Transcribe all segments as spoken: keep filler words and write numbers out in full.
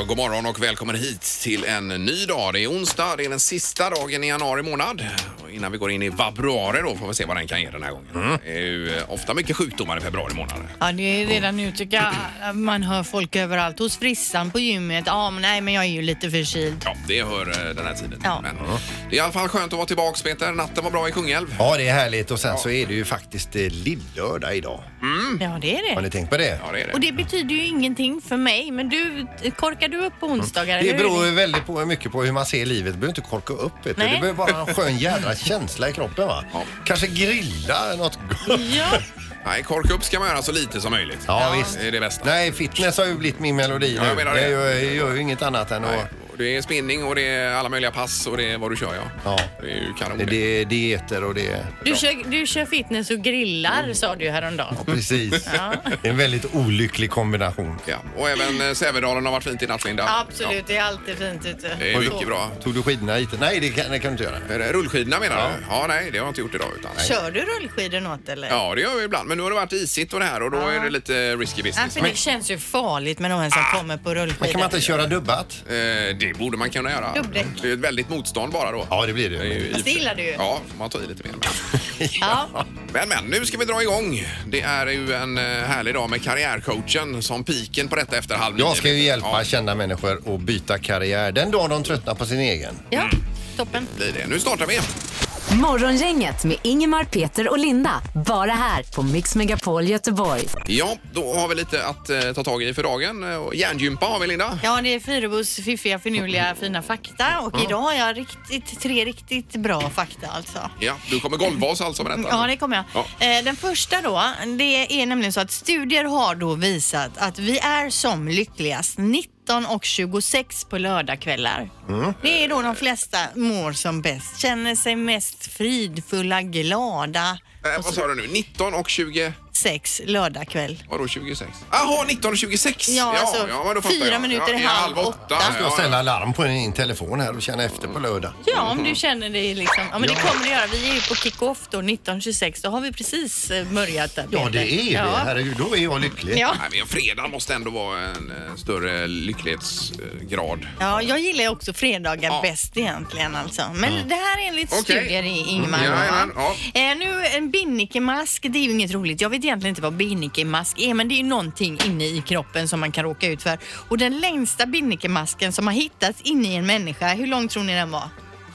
Ja, god morgon och välkommen hit till en ny dag. Det är onsdag, det är den sista dagen i januari månad. Och innan vi går in i februari då får vi se vad den kan ge den här gången. Mm. Det är ju ofta mycket sjukdomar i februari månad. Ja, det är redan nu tycker jag. Man hör folk överallt hos frissan på gymmet. Ja, men nej, men jag är ju lite förkyld. Ja, det hör den här tiden. Ja. Men det är i alla fall skönt att vara tillbaka, Peter. Natten var bra i Kungälv. Ja, det är härligt. Och sen ja. så är det ju faktiskt eh, lillördag idag. Mm. Ja, det är det. Har ni tänkt på det? Ja, det är det. Och det betyder ju ingenting för mig. Men du, korkar du upp på onsdagar? Mm. Det beror ju väldigt på, mycket på hur man ser livet. Du behöver inte korka upp. Vet du. Det behöver bara en skön jävla känsla i kroppen, va? Ja. Kanske grilla något gott. Ja. Nej, korka upp ska man göra så lite som möjligt. Ja, ja, visst. Det är det bästa. Nej, fitness har ju blivit min melodi ja, nu. Jag menar det. Jag gör, jag gör ju inget annat än Nej. att... Det är spinning och det är alla möjliga pass och det är vad du kör, ja. Ja. Det är ju kanon. Det, det är dieter och det är... Du kör, du kör fitness och grillar, mm. sa du häromdagen. Ja, precis. Ja. Det är en väldigt olycklig kombination. Ja, och även Sävedalen har varit fint i natt, Linda. Absolut, ja. Det är alltid fint ute. Det är mycket bra. Tog du skidorna hit? Nej, det kan, det kan du inte göra. Är det rullskidorna menar ja. du? Ja, nej, det har jag inte gjort idag. Utan, kör du rullskidor något eller? Ja, det gör vi ibland. Men nu har det varit isigt och det här och då ja. är det lite risky business. Ja, för det känns ju farligt med de som ah. kommer på rullskidor. Men kan man inte köra dubbat? Eh, det borde man kunna göra. Dubbdäck. Det är ett väldigt motstånd bara då. Ja, det blir det. det ju, Fast det gillar du ju. Ja, man tar i lite mer. ja. Men, men, nu ska vi dra igång. Det är ju en härlig dag med karriärcoachen som piken på detta efter halv nio. Jag ska ju hjälpa ja. kända människor att byta karriär den dag de tröttnar på sin egen. Ja, mm. toppen. Det blir det. Nu startar vi. Morgongänget med Ingemar, Peter och Linda. Bara här på Mix Megapol Göteborg. Ja, då har vi lite att eh, ta tag i för dagen. Järngympa har vi, Linda. Ja, det är Fyrebos fiffiga, finurliga, fina fakta. Och mm. idag har jag riktigt, tre riktigt bra fakta alltså. Ja, du kommer golva oss alltså med detta. Ja, det kommer jag. Ja. Eh, den första då, det är nämligen så att studier har då visat att vi är som lyckligast nitton och tjugosex på lördagskvällar. Mm. Det är då de flesta mår som bäst, känner sig mest fridfulla, glada. Äh, vad sa du nu? nitton och tjugo? sex lördagkväll. Vadå tjugosex? Jaha, nitton och tjugosex. Ja, alltså ja, men då fattar fyra jag. minuter ja, i halv åtta. Jag ska ställa larm på din telefon här och känna efter på lördag. Ja, om du känner dig liksom. Ja, men det kommer du göra. Vi är ju på kick-off då, nitton tjugosex. Då har vi precis börjat där. Ja, det är det. Ja. Herregud, då är jag lycklig. Ja. Nej, men fredag måste ändå vara en uh, större lycklighetsgrad. Ja, jag gillar också fredagar ja. bäst egentligen alltså. Men mm. det här är enligt okay. studier i Ingmar. Mm, ja, ja, ja. Eh, nu, en binnikemask, det är ju inget roligt. Jag vet egentligen inte vad binnikemask är, men det är ju någonting inne i kroppen som man kan råka ut för. Och den längsta binnikemasken som har hittats inne i en människa, hur lång tror ni den var?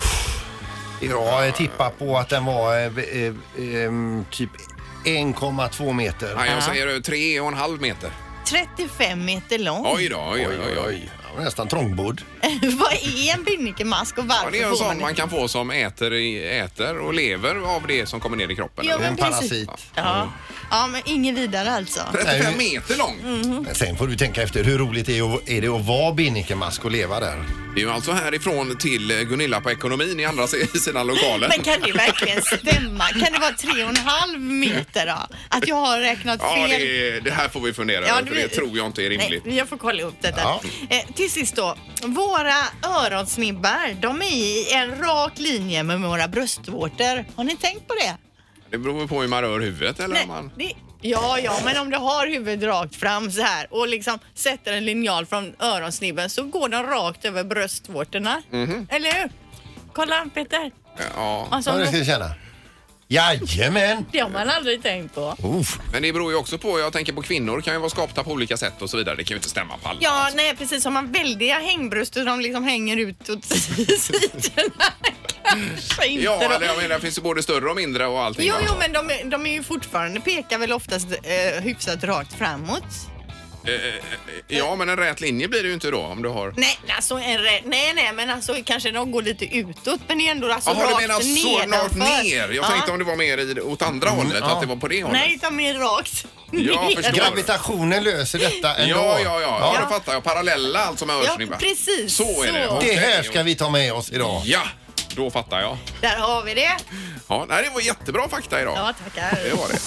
Ja, jag tippar på att den var eh, eh, eh, typ en komma två meter. Nej, jag säger tre och en halv meter. trettiofem meter lång. Oj då, oj, oj, oj. oj. Ja, nästan trångbodd. Vad är en binnikemask och varför ja, det är en sån man, man kan få som äter, äter och lever av det som kommer ner i kroppen. Ja, en parasit. Ja. Mm. ja, men ingen vidare alltså. trettiofem meter lång. Mm-hmm. Men sen får du tänka efter hur roligt är det, är det att vara binnikemask och leva där. Det är ju alltså härifrån till Gunilla på ekonomin i andra sidan lokalen. Men kan det verkligen stämma? Kan det vara tre och en halv meter då? Att jag har räknat fel? Ja, det, det här får vi fundera ja, över, för det tror jag inte är rimligt. Nej, jag får kolla upp detta. Ja. Eh, till sist då, våra öronsnibbar, de är i en rak linje med våra bröstvårtor. Har ni tänkt på det? Det beror på hur man rör huvudet eller Nej, om man... det, ja, ja, men om du har huvudet rakt fram så här och liksom sätter en linjal från öronsnibben så går den rakt över bröstvårtorna. Mm-hmm. Eller hur? Kolla, Peter. Ja. Alltså, ja, det ska jag känna. Jajamän! Det har man aldrig tänkt på. Uff. Men det beror ju också på, jag tänker på kvinnor kan ju vara skapta på olika sätt och så vidare. Det kan ju inte stämma på alla. Ja, alltså. Nej, precis. Som man väldiga hängbröst och de liksom hänger ut åt sidorna. Kanske inte. Ja, eller jag menar, det finns ju både större och mindre och allting. Jo, jo, men de, är- de är ju fortfarande, pekar väl oftast eh, hyfsat rakt framåt. Eh, eh, ja, men en rät linje blir det ju inte då om du har... Nej, alltså en rä- nej, nej, men alltså kanske de går lite utåt, men det är ändå alltså Jaha, rakt du menar så rakt nedanför. ner? Jag Ja. tänkte om det var mer i, åt andra hållet, ja. att det var på det hållet. Nej, utan mer rakt Ja, ner. förstår. Gravitationen löser detta ändå. Ja, ja, ja, ja, Ja. det fattar jag. Parallella alltså med Ja, örsnibbar. precis. Så är det. Så. Okej. Det här ska vi ta med oss idag. Ja, då fattar jag. Där har vi det. Ja, nej, det var jättebra fakta idag. Ja, tackar. Det var det.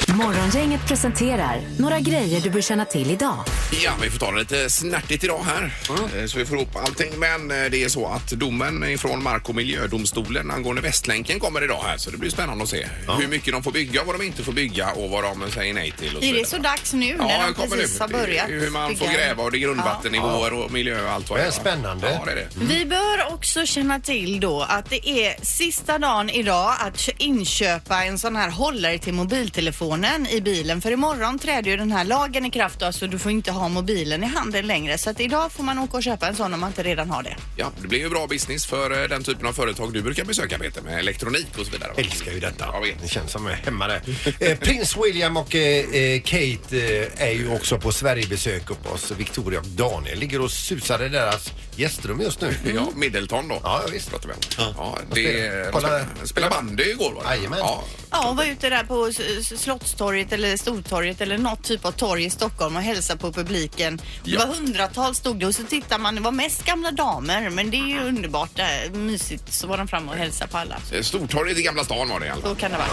Morgongänget presenterar några grejer du bör känna till idag. Ja, vi får ta det lite snärtigt idag här. Mm. Så vi får ihop allting. Men det är så att domen från Mark- och miljödomstolen angående Västlänken kommer idag här. Så det blir spännande att se ja. hur mycket de får bygga, vad de inte får bygga och vad de säger nej till. Och så är det så dags nu ja, när de precis nu. har börjat? Hur man bygga. får gräva och det är grundvattennivåer ja. och miljö och allt vad det är. Spännande. Ja, det är det. Mm. Vi bör också känna till då att det är sista dagen idag att inköpa en sån här hållare till mobiltelefonen i bilen. För imorgon träder ju den här lagen i kraft då, så du får inte ha mobilen i handen längre. Så att idag får man åka och köpa en sån om man inte redan har det. Ja, det blir ju bra business för den typen av företag du brukar besöka, Peter, med elektronik och så vidare. Jag älskar ju detta. Jag vet. Det känns som jag är hemma där. eh, Prins William och eh, Kate eh, är ju också på Sverigebesök uppe hos Victoria och Daniel. Ligger och susar i deras gästrum just nu. Mm. Ja, Middleton då. Ja, visst. Ja, ja det Kolla. spelade bandy igår, var det? Jajamän. Ja. Ja, och var ute där på Slottstorget eller Stortorget eller något typ av torg i Stockholm och hälsa på publiken. Det Ja. var hundratals stod det och så tittar man, det var mest gamla damer, men det är ju underbart, där, mysigt, så var de fram och hälsa på alla. Stortorget i Gamla stan var det i alla fall. Så kan det vara.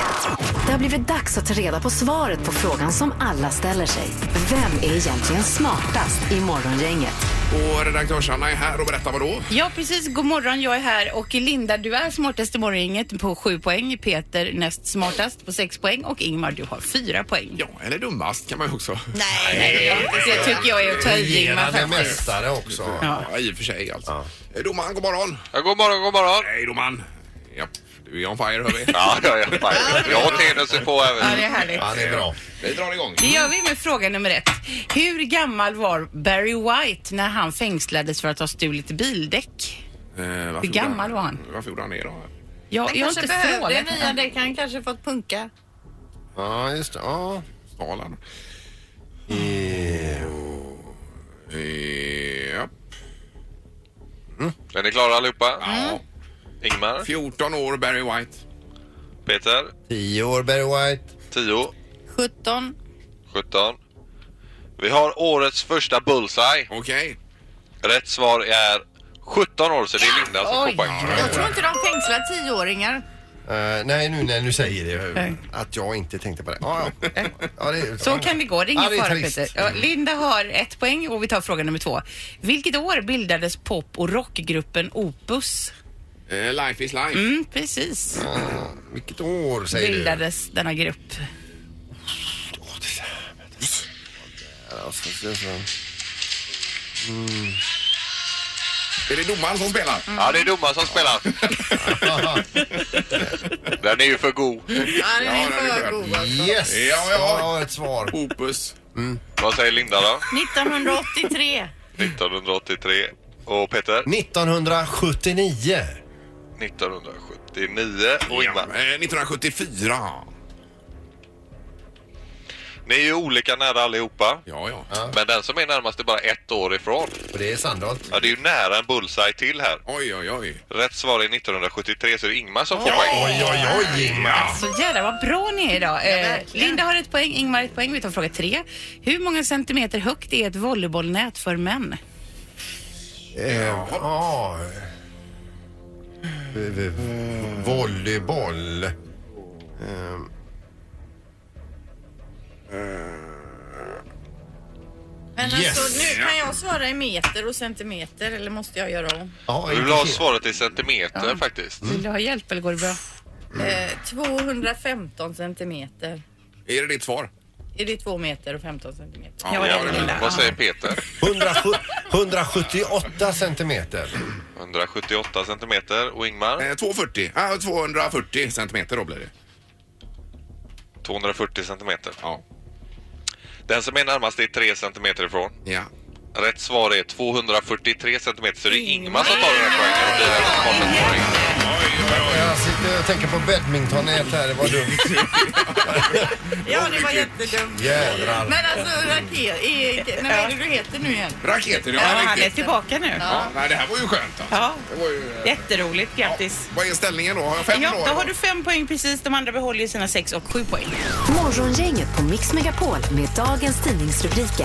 Det har blivit dags att ta reda på svaret på frågan som alla ställer sig. Vem är egentligen smartast i Morgongänget? Och redaktörsarna är här och berättar vad då? Ja, precis. God morgon, jag är här. Och Linda, du är smartast i morgongänget på sju poäng. Peter näst smartast på sex poäng. Och Ingmar, du har fyra poäng. Ja, eller dummast kan man ju också. Nej, Nej, det tycker jag är att ta i, Ingmar, Regerande faktiskt. mästare också. Ja, ja, i och för sig alltså. Ja. Domaren, god morgon. Ja, god morgon, god morgon. Hej domaren. Ja, du är on fire, hör vi. Ja, ja, ja. Jag har tenus på även. Ja, det är härligt. Ja, det är bra. Vi drar igång. Det gör vi med fråga nummer ett. Hur gammal var Barry White när han fängslades för att ha stulit bildäck? Eh, Hur gammal var han? Varför gjorde han det då? Jag, Han jag har kanske inte behövde frågat. nya däck, han kanske fått punka. Ja, just det. Ja. Stalan. Eh, Ja. Är ni klara allihopa? Ja. Ingmar, fjorton år, Barry White. Peter, tio år Barry White. tio, sjutton. sjutton. Vi har årets första bullseye. Okej. Rätt svar är sjutton år, så det är Linda som Oj. får poäng. Jag tror inte de fängslar tioåringar. Uh, nej, nu när du säger det. Nej. Att jag inte tänkte på det. Ja, ja. Ja, det är, Så kan det gå, det är ingen Ja, det är fara, trist. Peter. Ja, Linda har ett poäng och vi tar fråga nummer två. Vilket år bildades pop- och rockgruppen Opus? Eh, life is life. Mm, precis. Ja, vilket år säger Bildades denna grupp. du? Åh, det är så här. Ja, alltså, det är så. Är det domaren som spelar? Ja, det är domaren som spelar. Den är ju för god. Ja, det Ja, är den är för skön. god. Yes! Ja, ja. Jag har ett svar. Opus. Vad säger Linda då? nittonhundraåttiotre. nittonhundraåttiotre. Och Peter? nittonhundrasjuttionio. nittonhundrasjuttionio. Och Ingmar? Eh, nittonhundrasjuttiofyra. Ni är ju olika nära allihopa. Ja, ja. Men den som är närmast är bara ett år ifrån. Och det är Sandholt. Ja, det är ju nära en bullseye till här. Oj, oj, oj. Rätt svar är nittonhundrasjuttiotre, så det är Ingmar som får poäng. Oj, oj, oj, Ingmar. Så jävla vad bra ni är idag. Eh, verkligen. Linda har ett poäng, Ingmar ett poäng. Vi tar fråga tre. Hur många centimeter högt är ett volleybollnät för män? Eh, ja. V- v- Volleyboll. Eh, Men Yes. alltså, nu kan jag svara i meter och centimeter, eller måste jag göra om? ja, Vi vill ha svaret i centimeter faktiskt. Vill du ha hjälp eller går det bra? Eh, tvåhundrafemton centimeter. Är det ditt svar? Är det två meter och femton centimeter? Ja, Ja, det är det, Linda. Vad säger Peter? hundrasjuttioåtta centimeter. hundrasjuttioåtta centimeter. Och Ingmar? Eh, tvåhundrafyrtio. Ah, tvåhundrafyrtio centimeter då blir det. tvåhundrafyrtio centimeter. Ja. Den som är närmast är tre centimeter ifrån. Ja. Rätt svar är tvåhundrafyrtiotre centimeter, så det är Ingmar som tar den här poängen. Och blir den smartaste poängen. Jag sitter och tänker på badminton-nät här, det var dumt. Ja, det var jättedumt. Jädrar. Men alltså, raket, är, nej, vad är det du heter nu igen? Raketer, ja, Ja, han är riktigt. tillbaka nu. Ja, nej, det här var ju skönt alltså. Ja. Det var ju, eh, Jätteroligt, grattis. vad är ställningen då? Har jag fem Ja, då? då har du fem poäng precis. De andra behåller ju sina sex och sju poäng. Morgongänget på Mix Megapol med dagens tidningsrubriker.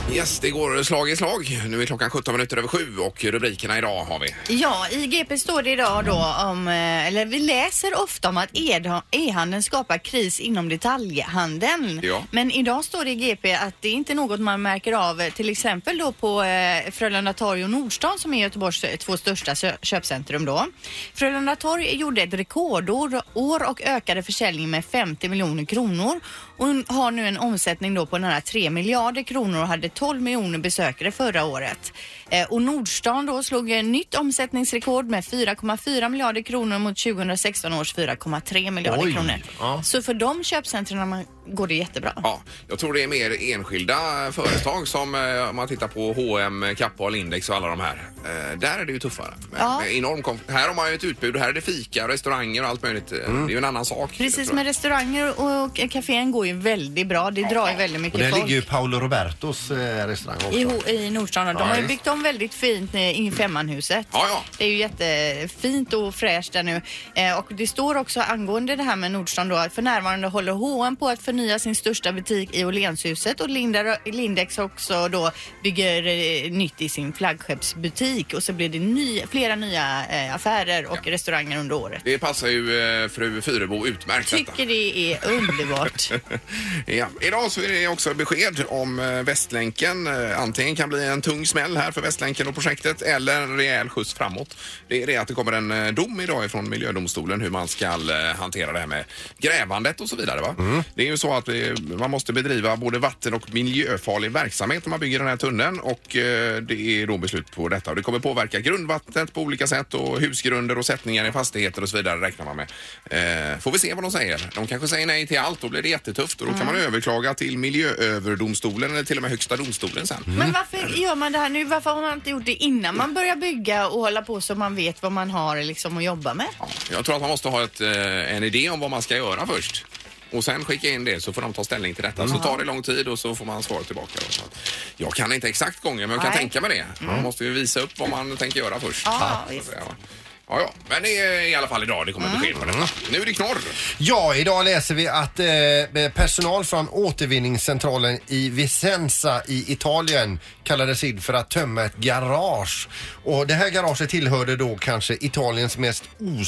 Yes, det går slag i slag. Nu är klockan sjutton minuter över sju och rubrikerna idag har vi. Ja, i G P står det idag då om, eller vi läser ofta om att e-handeln skapar kris inom detaljhandeln. Ja. Men idag står det i G P att det är inte något man märker av till exempel då på eh, Frölunda Torg och Nordstan som är Göteborgs två största köpcentrum då. Frölunda Torg gjorde ett rekordår år och ökade försäljningen med femtio miljoner kronor och har nu en omsättning då på nära tre miljarder kronor och hade tolv miljoner besökare förra året. Eh, och Nordstan då slog en nytt omsättningsrekord med fyra komma fyra miljarder kronor mot tjugohundrasexton års fyra komma tre miljarder Oj, kronor. ja. Så för de köpcentren går det jättebra. Ja, jag tror det är mer enskilda företag som om man tittar på H och M, Kappa och Lindex och alla de här. Eh, där är det ju tuffare. Men, Ja. med enorm kom- här har man ju ett utbud och här är det fika, restauranger och allt möjligt. Mm. Det är ju en annan sak. Precis, med restauranger och kafén går ju väldigt bra. Det drar ju väldigt Och mycket där folk. ligger ju Paolo Robertos eh, restaurang också. I, Ho- i Nordstan. De Ja, har ju visst. byggt om väldigt fint eh, i Femmanhuset. Ja, ja. Det är ju jättefint och fräscht där nu. Eh, och det står också angående det här med Nordstan då att för närvarande håller H och M på att förnya sin största butik i Åhlénshuset och Linda, Lindex också då bygger eh, nytt i sin flaggskeppsbutik och så blir det ny, flera nya eh, affärer och Ja. restauranger under året. Det passar ju eh, fru Fyrebo utmärkt detta. Tycker det är underbart. Ja, idag så är det också besked om eh, Västlänken. Eh, Antingen kan bli en tung smäll här för Västlänken och projektet eller en rejäl skjuts framåt. Det är det att det kommer en eh, dom idag ifrån Miljödomstolen hur man ska eh, hantera det här med grävandet och så vidare. Va? Mm. Det är ju så att vi, man måste bedriva både vatten- och miljöfarlig verksamhet när man bygger den här tunneln och eh, det är då beslut på detta. Och det kommer påverka grundvattnet på olika sätt och husgrunder och sättningar i fastigheter och så vidare räknar man med. Eh, får vi se vad de säger. De kanske säger nej till allt, då blir det jättetufft och då kan man överklaga till Miljööverdomstolen eller till och med Högsta domstolen sen. Men varför gör man det här nu? Varför har man inte gjort det innan man börjar bygga och hålla på så man vet vad man har liksom att jobba med? Ja, jag tror att man måste ha ett, eh, en idé om vad man ska göra först. Och sen skicka in det så får de ta ställning till detta. Så tar det lång tid och så får man svar tillbaka. Då. Så att jag kan inte exakt gången men jag kan Nej. tänka mig det. Man måste ju visa upp vad man tänker göra först. Ja, Så att visst. säga, va. Ja, ja, men det är i alla fall idag det kommer besked på detta. Nu är det knorr. Ja, idag läser vi att eh, personal från återvinningscentralen i Vicenza i Italien kallades in för att tömma ett garage. Och det här garaget tillhörde då kanske Italiens mest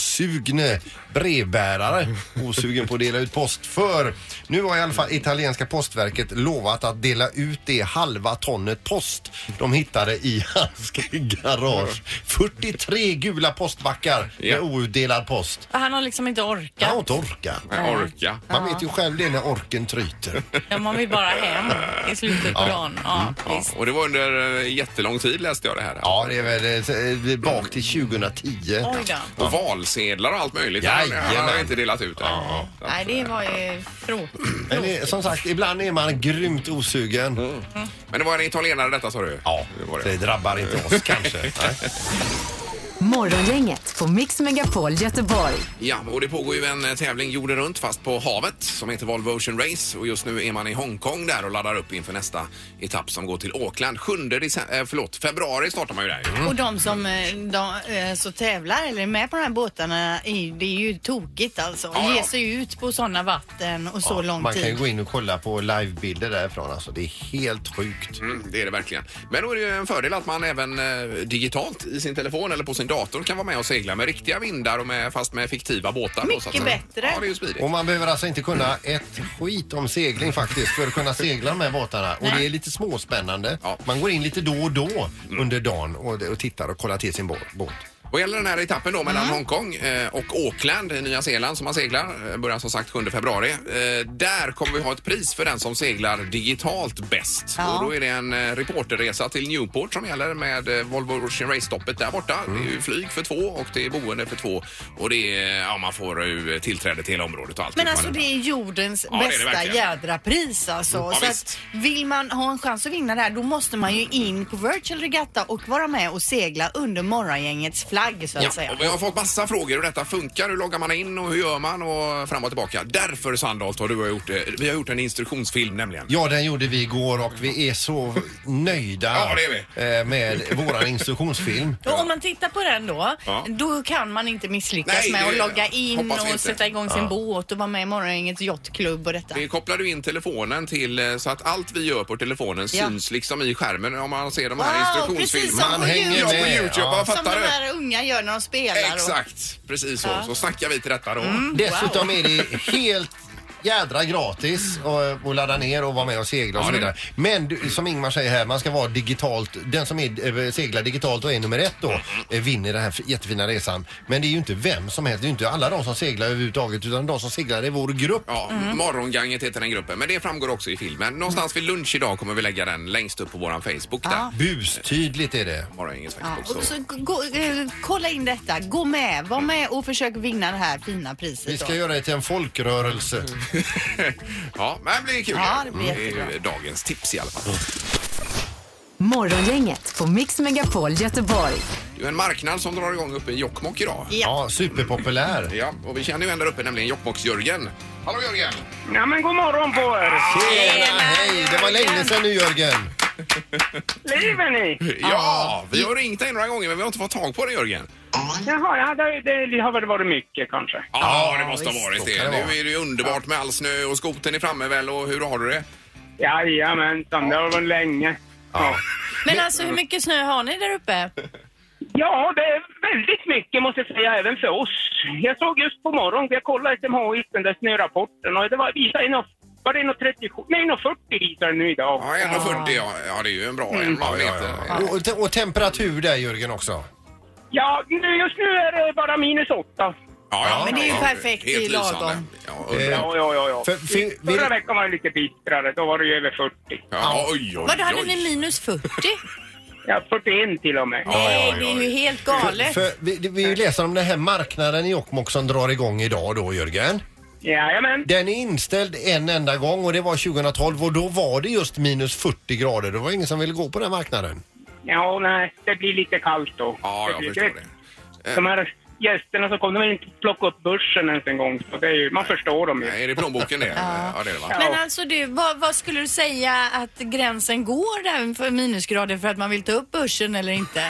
osugne brevbärare. Osugen på att dela ut post. För nu har i alla fall italienska postverket lovat att dela ut det halva tonnet post de hittade i hans garage. fyrtiotre gula postbackar Ja. med outdelad post. Han har liksom inte orkat. Jag har inte orkat. Jag orkar. Man vet ju själv det när orken tryter. Ja, man vill bara hem i slutet på dagen. Ja, Ja, visst. och det var under eh, jättelång tid läste jag det här. Ja, det är väl eh, bak till tjugohundratio. Oj då. Och valsedlar och allt möjligt. Jajamän. Han har inte delat ut det. Ja. Så att, Nej, det var ju tråkigt. Men det, som sagt, ibland är man grymt osugen. Men det var en italienare detta sa du? Ja, det var det det. drabbar inte oss kanske. Nej. Morgongänget på Mix Megapol Göteborg. Ja, och det pågår ju en eh, tävling jorden runt fast på havet som heter Volvo Ocean Race och just nu är man i Hongkong där och laddar upp inför nästa etapp som går till Auckland. sjunde december, eh, förlåt, februari startar man ju där. Och de som eh, de, eh, så tävlar eller är med på de här båtarna, är- det är ju tokigt alltså. Ja, ja. Ge sig ut på sådana vatten och så lång Man kan ju tid. gå in och kolla på livebilder därifrån. Alltså, det är helt sjukt. Mm, det är det verkligen. Men då är det ju en fördel att man även eh, digitalt i sin telefon eller på sin dator kan vara med och segla med riktiga vindar och med, fast med fiktiva båtar. då, så att Mycket säga. bättre. Ja, det är ju smidigt. Och man behöver alltså inte kunna ett skit om segling faktiskt för att kunna segla de här båtarna. Och det är lite småspännande. Ja. Man går in lite då och då under dagen och, och tittar och kollar till sin båt. båt. Vad gäller den här etappen då mellan Hongkong eh, och Auckland i Nya Zeeland som man seglar, eh, börjar som sagt sjunde februari. Eh, där kommer vi ha ett pris för den som seglar digitalt bäst. Ja. Och då är det en eh, reporterresa till Newport som gäller med eh, Volvo Ocean Race-stoppet där borta. Det är ju flyg för två och det är boende för två. Och det är, ja man får ju tillträde till hela området och allt. Men alltså det är jordens Ja, det är det bästa verkligen. jädra pris alltså. Ja, så visst. att vill man ha en chans att vinna det här då måste man ju in på Virtual Regatta och vara med och segla under morgongängets flagg. flagg så att Ja, säga. och vi har fått massa frågor hur detta funkar, hur loggar man in och hur gör man och fram och tillbaka. Därför Sandholt har du har gjort det. Vi har gjort en instruktionsfilm nämligen. Ja, den gjorde vi igår och vi är så nöjda Ja, det är eh, med våran instruktionsfilm. Och om man tittar på den då, Ja. då kan man inte misslyckas Nej, med det att logga in hoppas vi och inte. sätta igång sin båt och vara med i Morgongängets yachtklubb och detta. Vi kopplar du in telefonen till eh, så att allt vi gör på telefonen Ja. syns liksom i skärmen om man ser de här Wow, precis instruktionsfilmerna. som på Man hänger YouTube. Ja, på med. YouTube, Ja. jag Som fattar de det. här unga gör när de spelar. Och... Exakt, precis så. Ja. Så snackar vi till detta då. Dessutom är det helt jädra gratis att, att ladda ner och vara med och segla och Ja, så det- vidare. Men du, som Ingmar säger här, man ska vara digitalt. Den som är, eh, seglar digitalt och är nummer ett då eh, vinner den här f- jättefina resan. Men det är ju inte vem som helst. Det är ju inte alla de som seglar överhuvudtaget utan de som seglar i vår grupp. Ja, Mm. Morgonganget heter den gruppen. Men det framgår också i filmen. Någonstans vid lunch idag kommer vi lägga den längst upp på våran Facebook där. Bustydligt är det. Morgongängets Ja, Facebook. och så. så gå, eh, kolla in detta, gå med, var med och försök vinna det här fina priset. Vi ska då. göra det till en folkrörelse. Ja, men det blir kul. Ja, det blir är jättebra. ju dagens tips i alla fall. Morgongänget på Mix Megapol Göteborg. Det är en marknad som drar igång uppe i Jokkmokk idag. Ja. Ja, superpopulär. Ja, och vi känner ju en där uppe, nämligen Jokkmokks-Jörgen. Hallå Jörgen! Ja, men god morgon på er! Tjena, hej! Det var länge sedan nu Jörgen. Lever ni? Ja, vi har ringt dig några gånger men vi har inte fått tag på dig Jörgen. Jaha, ja, det, det har väl varit mycket kanske. Ja, det måste ha varit så det. kan det vara. Nu är det ju underbart med all snö och skoten är framme väl och hur har du det? Jajamensan, det har varit länge. Ja. Men alltså hur mycket snö har ni där uppe? Ja, det är väldigt mycket måste jag säga, även för oss. Jag såg just på morgonen, jag kollade S M H I, den där snörapporten, och det var, visade en, var det en trettiosju, nej en fyrtio visar det nu idag. Ja, en komma fyrtio, ja. Ja, det är ju en bra, en bra meter. Och, te- och temperatur där Jörgen också. Ja, nu, just nu är det bara minus åtta. Ja, ja, Men det är ju ja, perfekt, helt det är lagom. lysande. Ja, Eh, underbart. Ja, ja, ja. ja. För- för- vi- Förra veckan var det lite bistrare, då var det ju över fyrtio. Ja, oj, oj, Vad hade ni oj. minus fyrtio? Ja, fyrtioen till och med. Nej, det är ju helt galet. För vi, vi läser om den här marknaden i Jokkmokk som drar igång idag då Jörgen. Jajamän. Den är inställd en enda gång och det var tjugohundratolv och då var det just minus fyrtio grader. Det var ingen som ville gå på den marknaden. Ja, nej, det blir lite kallt då. Ja, det jag blir, förstår det. De här gästerna så kommer de inte plocka upp börsen ens en gång. Så det är ju, man förstår dem ju. Nej, är det plånboken det? Ja, det är det va? Men alltså du, vad, vad skulle du säga att gränsen går där för minusgrader för att man vill ta upp börsen eller inte?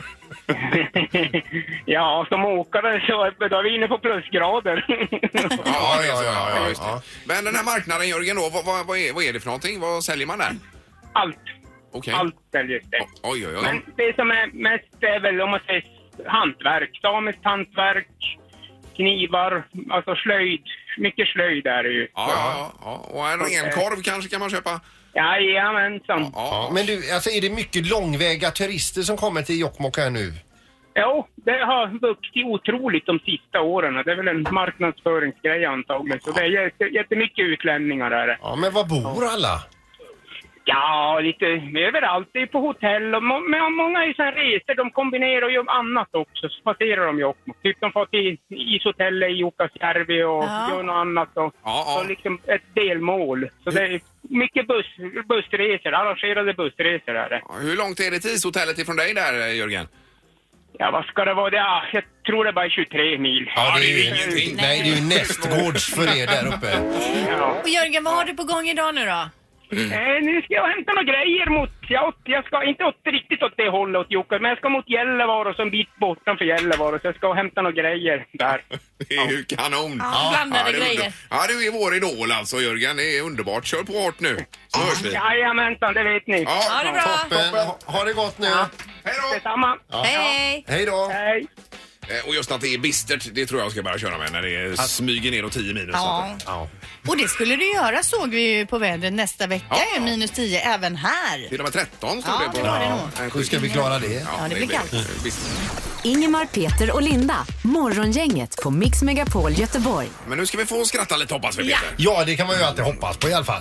Ja, som åkare så då är vi inne på plusgrader. Ja, det är så, ja, ja, just ja. det. Men den här marknaden Jörgen då, vad, vad, vad, är, vad är det för någonting? Vad säljer man där? Allt. Okej. Allt säljs det. Oj, oj, oj. Men det som är mest är väl om man säger hantverk. Samiskt hantverk, knivar, alltså slöjd. Mycket slöjd är det ju. Ja, ja, ja. Och en renkorv kanske kan man köpa? Jajamensan. Ja, Ja, men du, alltså är det mycket långväga turister som kommer till Jokkmokk här nu? Jo, det har vuxit otroligt de sista åren. Det är väl en marknadsföringsgrej antagligen. Så det är jätte, jättemycket utlänningar där. Ja, men var bor alla? Ja, lite överallt. Det är på hotell och må, men många är ju sån resor. De kombinerar ju annat också. Så passerar de Jokkmokk. Typ de får till ishotellet i Jukkasjärvi och Ja. gör något annat. Och, Ja, ja. Så liksom ett delmål. Så det är mycket buss, bussresor, arrangerade bussresor är det. Ja, hur långt är det till ishotellet ifrån dig där Jörgen? Ja, vad ska det vara? Ja, jag tror det är bara tjugotre mil. Ja, det är ju ingenting. Nej, det är ju nästgårds för er där uppe. Ja. Och Jörgen, vad har du på gång idag nu då? Eh, nu ska jag hämta några grejer mot, ja, jag ska inte åt, riktigt åt det hållet åt Jukka, men jag ska mot Gällivare och så en bit bortanför Gällivare, så jag ska hämta några grejer där. Det är ju kanon. Ja, blandade det är grejer. under- Ja, du är vår idol alltså Jörgen. Det är underbart. Kör på hårt nu. Så hörs vi. Jajamensan, det vet ni. Ja, Ha det bra. Toppen, ha, ha det gott nu. hej då! Detsamma. Hej! Hej då. Hej. Eh, Och just att det är bistert, det tror jag ska börja köra med när det smyger ner och tio minus. Ja. Ja. Och det skulle det göra såg vi ju på vädret nästa vecka Ja, är ja. minus tio även här. Till och med tretton står Ja, det på. det var det nog. en Hur ska vi klara det? Ja, det blir kallt. eh, bistert. Ingemar, Peter och Linda. Morgongänget på Mix Megapol Göteborg. Men nu ska vi få skratta lite hoppas vi Ja. Peter. Ja, det kan man ju alltid hoppas på i alla fall.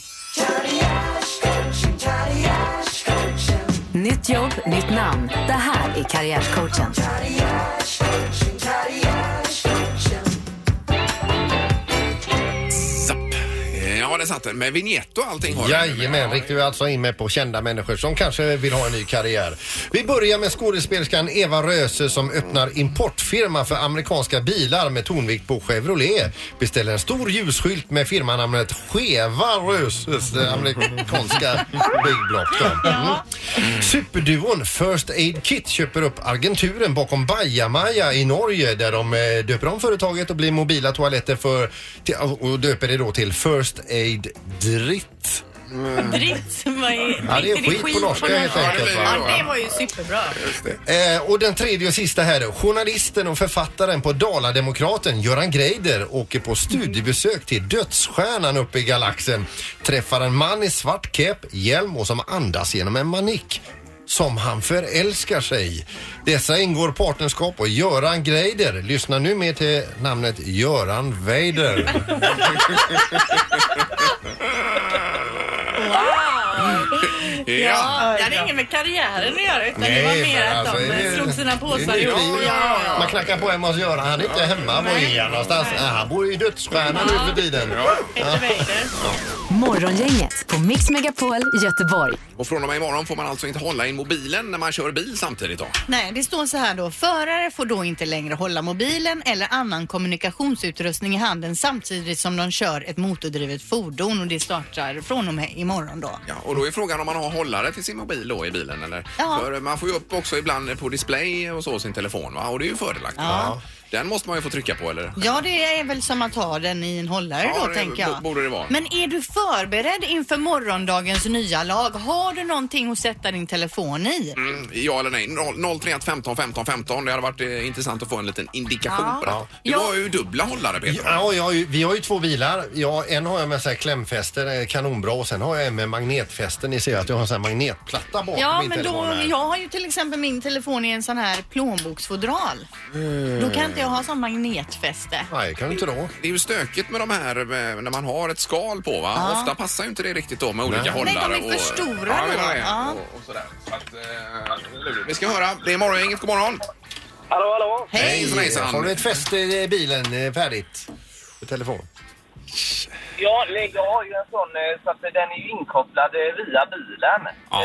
Nytt jobb, nytt namn. Det här är Karriärcoachen. Zapp. Eh, Ja, den satt den med vignett och allting. Har Jajamän, riktar vi alltså in med på kända människor som kanske vill ha en ny karriär. Vi börjar med skådespelerskan Eva Röse som öppnar importfirma för amerikanska bilar med tonvikt på Chevrolet. Beställer en stor ljusskylt med firmanamnet Cheva Röses amerikanska byggblock. Mm. Superduon First Aid Kit köper upp agenturen bakom Bajamaja i Norge där de döper om företaget och blir mobila toaletter för, och döper det då till First Aid Dritt. Mm. Dritt? Vad är, ja, det är skit, skit på norska på helt enkelt. Ja, det var ju superbra. Eh, och den tredje och sista här då. Journalisten och författaren på Dala-demokraten Göran Greider åker på studiebesök till dödsstjärnan uppe i galaxen. Träffar en man i svart kepp, hjälm och som andas genom en manik. Som han förälskar sig. Dessa ingår partnerskap och Göran Greider. Lyssna nu mer till namnet Göran Weider. Wow! Ja, det hade inget med karriären att göra utan Nej, det var mer att alltså, de slog sina påsar i ja, ja, ja. Man knackar på hemma hos Göran. Han är inte hemma. Var är han någonstans? Nej. Han bor i dödsstjärnan nu för tiden. Ja. Ja. Morgongänget på Mix Megapol Göteborg. Och från och med imorgon får man alltså inte hålla in mobilen när man kör bil samtidigt då? Nej, det står så här då. Förare får då inte längre hålla mobilen eller annan kommunikationsutrustning i handen samtidigt som de kör ett motordrivet fordon och det startar från och med imorgon då. Ja, och då är frågan om man har hållare till sin mobil då i bilen eller? Ja. För man får ju upp också ibland på display och så sin telefon va? Och det är ju fördelaktigt. Ja. Den måste man ju få trycka på eller? Ja, det är väl som att ha den i en hållare ja, då det tänker jag. Borde det vara. Men är du förberedd inför morgondagens nya lag? Har du någonting att sätta din telefon i? Mm, ja eller nej. noll tre ett femton femton femton. Det hade varit eh, intressant att få en liten indikation ja. på det. Du ja. har ju dubbla hållare Peter. Ja, ja, vi har ju två bilar. Ja, en har jag med så här klämfäster, kanonbra, och sen har jag en med magnetfäster. Ni ser att jag har en sån här magnetplatta bakom ja, min men telefon då, här. jag har ju till exempel min telefon i en sån här plånboksfodral. Mm. Då kan inte jag ha sån magnetfäste. Nej, kan du inte då. Det är ju stökigt med de här när man har ett skal på va? Ja. Ofta passar ju inte det riktigt då med olika Nej. hållare. Nej, de är för stora och, ja, då. Ja. Och, och sådär. Så att, eh, vi ska höra. Det är morgongänget. God morgon. Hallå, hallå. Hej, hejsan. Har du ett fäste i bilen färdigt? På telefon? Ja, jag har ju en sån så att den är ju inkopplad via bilen. Ja.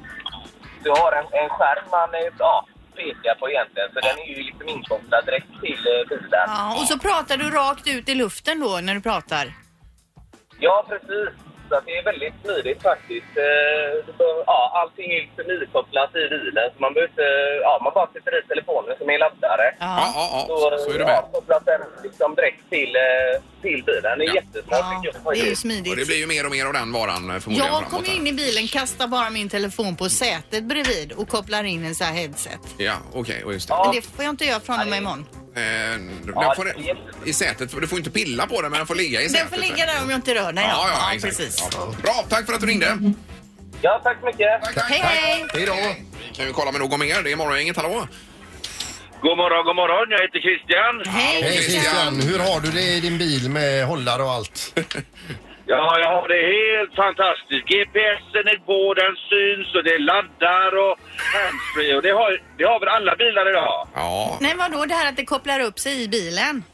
Du har en, en skärm man ja, pekar på egentligen, så den är ju liksom inkopplad direkt till bilen. Ja, och så pratar du rakt ut i luften då när du pratar? Ja, precis. Så att det är väldigt smidigt faktiskt. Ja, allting är liksom inkopplat i bilen, så man behöver inte, ja, man bara sätter i telefonen som är laddare. Ja, ja, ja. Så, så är det ja, med. kopplas den liksom direkt till, till bilen. Det är Ja. jättesmart. Ja, det är ju smidigt. Och det blir ju mer och mer av den varan förmodligen Jag framåt. kommer in i bilen, kastar bara min telefon på sätet bredvid och kopplar in en så här headset. Ja, okej, okay, och just det. Ja. Men det får jag inte göra från och med imorgon. Eh, Ja, den får, det är jättebra. i sätet, du får inte pilla på den men den får ligga i Den sätet. får ligga där om jag inte rör den. Ja, ja, ja exakt. precis. Ja. Bra, tack för att du ringde. Ja, tack så mycket. Tack, tack, Hej, tack. hej. Hej då. Vi kan ju kolla med någon mer. Det är morgongänget, hallå. God morgon, god morgon. Jag heter Christian. Hej, Hej Christian, hur har du det i din bil med hållare och allt? Ja, jag har det helt fantastiskt. G P S'en är på, den syns och det laddar och handsfree. Och det har, det har väl alla bilar idag? Ja. Nej, vadå det här att det kopplar upp sig i bilen?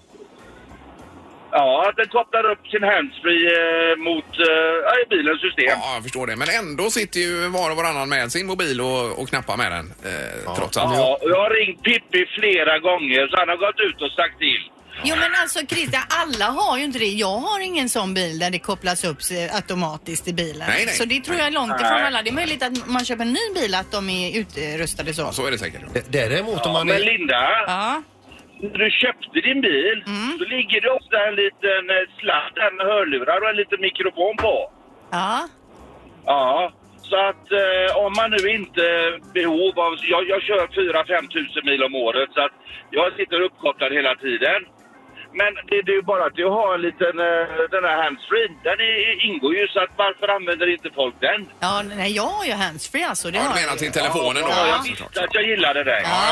Ja, att den kopplar upp sin handsfree eh, mot eh, i bilens system. Ja, jag förstår det. Men ändå sitter ju var och varannan med sin mobil och, och knappar med den. Eh, Ja. Trots allt. Ja, och jag har ringt Pippi flera gånger så han har gått ut och sagt till. Jo men alltså Christian, alla har ju inte det. Jag har ingen sån bil där det kopplas upp sig automatiskt i bilen. Nej, nej. Så det tror jag är långt ifrån Nej. alla. Det är möjligt att man köper en ny bil att de är utrustade så. Ja, så är det säkert. D- Däremot om Ja, man men är... Linda, Ja. när du köpte din bil så ligger det ofta en liten eh, sladd där med hörlurar och en liten mikrofon på. Ja. Ja, så att eh, om man nu inte behov av... Jag, jag kör fyra till fem tusen mil om året så att jag sitter uppkopplad hela tiden. Men det, det är ju bara att jag har en liten, eh, den här handsfree, den är, ingår ju så att varför använder inte folk den? Ja, nej, jag har ju handsfree alltså. Det Ja, har du jag menar ju. till telefonen då? Ja, Ja, jag visste att jag gillade det. Ja.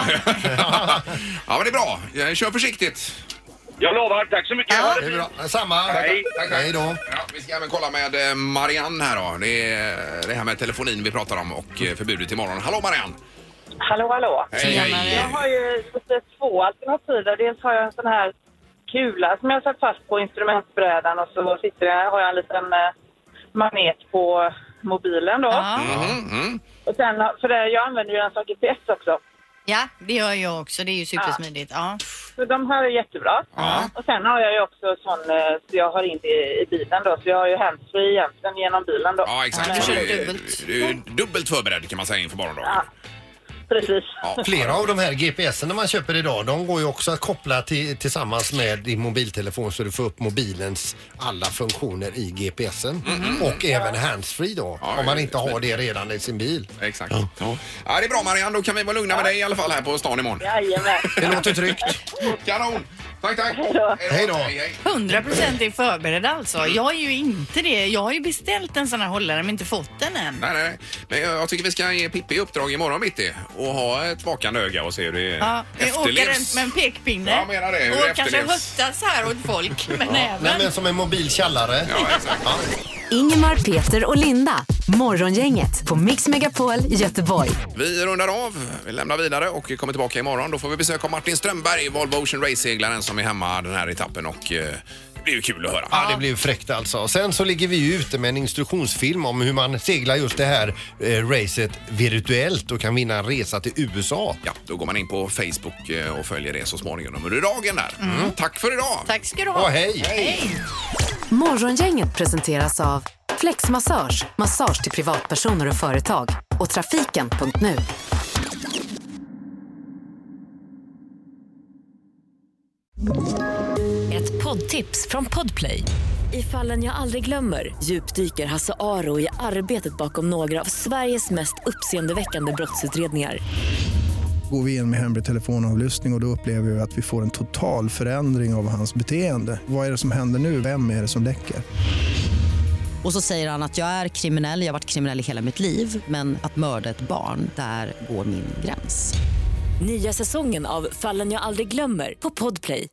Ja, men det är bra. Jag kör försiktigt. Jag lovar, tack så mycket. Ja. Ha Det det är fint. bra. Samma. Hej. Tack, tack. Hej då. Ja, vi ska även kolla med eh, Marianne här då. Det är det här med telefonin vi pratar om och eh, förbudet imorgon. Hallå Marianne! Hallå, hallå. Hej, Tjena, hej. Jag har ju lite två alternativ. Dels har jag en sån här kula som jag satt fast på instrumentbrädan och så sitter jag, har jag en liten magnet på mobilen då. Ja. Mm, mm. Och sen, för det, jag använder ju en sån G P S också. Ja, det gör jag också. Det är ju supersmidigt. Ja. Så de här är jättebra. Ja. Och sen har jag ju också sån, så jag har in det i bilen då. Så jag har ju handsfree egentligen genom bilen då. Ja, exakt. Ja, Så du du, kör är- dubbelt. du är dubbelt förberedd kan man säga inför morgondagen. Ja. Precis. Ja. Flera av de här G P S-erna man köper idag, de går ju också att koppla till, tillsammans med din mobiltelefon så du får upp mobilens alla funktioner i G P S'en. Och även handsfree då, Ja, om man det är inte har det redan i sin bil. Exakt. Ja. Ja, det är bra Marianne, då kan vi vara lugna med dig i alla fall här på stan imorgon. Jajamän. Det låter tryggt. Kanon! Tack, tack! Hej då. Hej då. Hej, hej. hundra procent är förberedd alltså. Jag är ju inte det. Jag har ju beställt en sån här hållare men inte fått den än. Nej, nej, men jag jag tycker vi ska ge Pippi uppdrag imorgon bitti och ha ett vakande öga och se hur det Ja, jag åker efterlevs. runt med en pekpinne. Jag menar det, hur och det kanske efterlevs. höftas här åt folk. Men Nej, även... men som en mobil källare. Ja, exakt. Ja. Ingemar, Peter och Linda. Morgongänget på Mix Megapol Göteborg. Vi rundar av, vi lämnar vidare och kommer tillbaka imorgon. Då får vi besöka Martin Strömberg, Volvo Ocean Race-seglaren som är hemma den här etappen och eh, det blir ju kul att höra. Ja, det blir ju fräckt alltså. Och sen så ligger vi ju ute med en instruktionsfilm om hur man seglar just det här eh, racet virtuellt och kan vinna en resa till U S A. Ja, då går man in på Facebook eh, och följer det så småningom under dagen där. Mm. Tack för idag! Tack ska du ha. Och hej! Hej! Morgongänget presenteras av Flexmassage, massage till privatpersoner och företag och trafiken punkt nu. Ett poddtips från Podplay. I Fallen jag aldrig glömmer djupdyker Hasse Aro i arbetet bakom några av Sveriges mest uppseendeväckande brottsutredningar. Går vi in med hemlig telefonavlyssning och, och då upplever vi att vi får en total förändring av hans beteende. Vad är det som händer nu? Vem är det som läcker? Och så säger han att jag är kriminell, jag har varit kriminell i hela mitt liv. Men att mörda ett barn, där går min gräns. Nya säsongen av Fallen jag aldrig glömmer på Podplay.